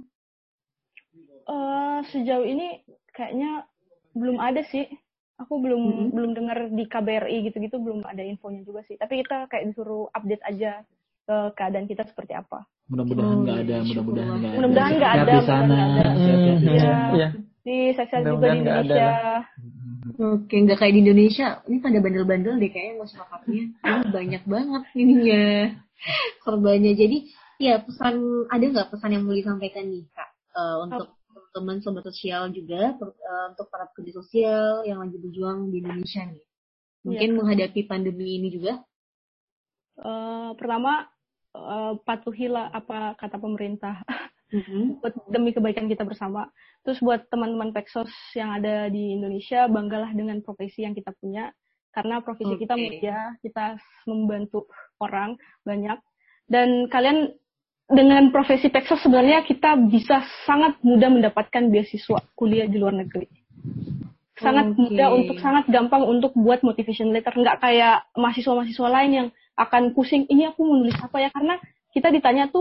Uh, sejauh ini kayaknya belum ada sih. Aku belum hmm. belum dengar di K B R I gitu-gitu belum ada infonya juga sih. Tapi kita kayak disuruh update aja uh, keadaan kita seperti apa. Mudah-mudahan nggak oh, ada, mudah-mudahan nggak ada. Mudah-mudahan nggak ada. Di sana, ya. Di sehat juga di Indonesia. Oke, nggak kayak di Indonesia. Ini pada bandel-bandel deh kayaknya masyarakatnya. Ini banyak banget ininya korbannya. Jadi, ya pesan ada nggak pesan yang mau disampaikan nih Kak uh, untuk oh. teman sobat sosial juga, uh, untuk para pekerja sosial yang lagi berjuang di Indonesia nih. Mungkin ya. menghadapi pandemi ini juga. Uh, pertama. Uh, patuhilah apa kata pemerintah mm-hmm. buat demi kebaikan kita bersama. Terus buat teman-teman Pexos yang ada di Indonesia, banggalah dengan profesi yang kita punya karena profesi okay. kita mulia, kita membantu orang banyak dan kalian dengan profesi Pexos sebenarnya kita bisa sangat mudah mendapatkan beasiswa kuliah di luar negeri. Sangat okay. mudah untuk sangat gampang untuk buat motivation letter, nggak kayak mahasiswa-mahasiswa lain yang akan pusing ini aku mau nulis apa ya karena kita ditanya tuh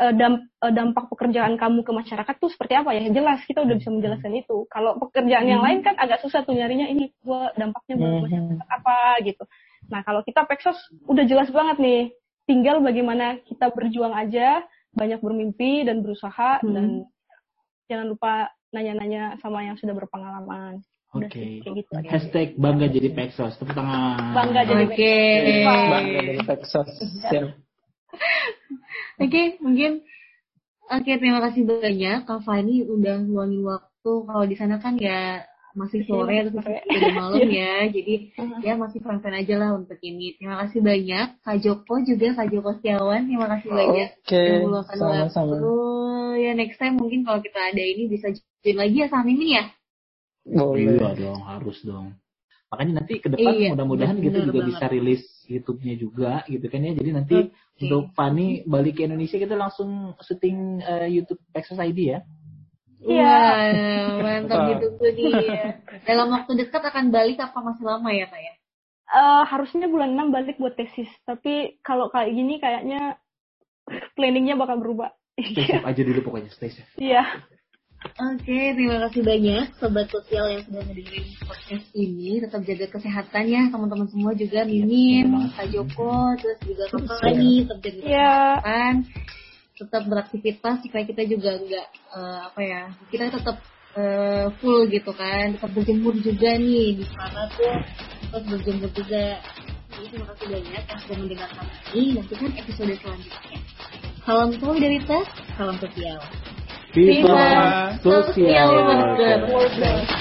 dampak pekerjaan kamu ke masyarakat tuh seperti apa ya? Jelas kita udah bisa menjelaskan itu. Kalau pekerjaan yang lain kan agak susah tuh nyarinya ini gua dampaknya buat masyarakat apa gitu. Nah, kalau kita Pexos udah jelas banget nih. Tinggal bagaimana kita berjuang aja, banyak bermimpi dan berusaha hmm. dan jangan lupa nanya-nanya sama yang sudah berpengalaman. Oke. Okay. Gitu, hashtag bangga jadi Pexos. Tepuk tangan. Bangga jadi Oke. Okay. Bangga jadi Pexos. Oke, okay, mungkin oke okay, terima kasih banyak Kak Fani udah luangin waktu. Kalau di sana kan ya masih sore terus udah malam ya. Jadi ya masih fun-fun aja lah untuk ini. Terima kasih banyak Kak Joko juga Kak Joko Setiawan. Terima kasih banyak. Oke. Okay. Sama-sama. Ya next time mungkin kalau kita ada ini bisa join lagi ya sama Mimin ya. Oh iya dong, harus dong. Makanya nanti ke depan iya, mudah-mudahan kita juga banget. Bisa rilis YouTube-nya juga gitu kan ya. Jadi nanti okay. untuk Fani balik ke Indonesia kita langsung syuting uh, YouTube Pexos I D ya. Iya, mantap gitu tuh dia. Dalam waktu dekat akan balik apa masih lama ya Kak ya? Uh, harusnya bulan enam balik buat tesis. Tapi kalau kayak gini kayaknya planningnya bakal berubah. Stay safe aja dulu pokoknya, stay safe. Iya. Oke, okay, terima kasih banyak Sobat Sosial yang sudah mendengarkan podcast ini. Tetap jaga kesehatan ya teman-teman semua juga. Mimin, Kak Joko, terus juga Kak Fani. Tetap jaga kesehatan. Tetap beraktivitas supaya kita juga enggak uh, apa ya, kita tetap uh, full gitu kan. Tetap berjemur juga nih di sana tuh. Tetap berjemur juga. Jadi terima kasih banyak yang sudah mendengarkan ini. Nantikan episode selanjutnya. Salam solidaritas, salam sosial. Viva Sosial.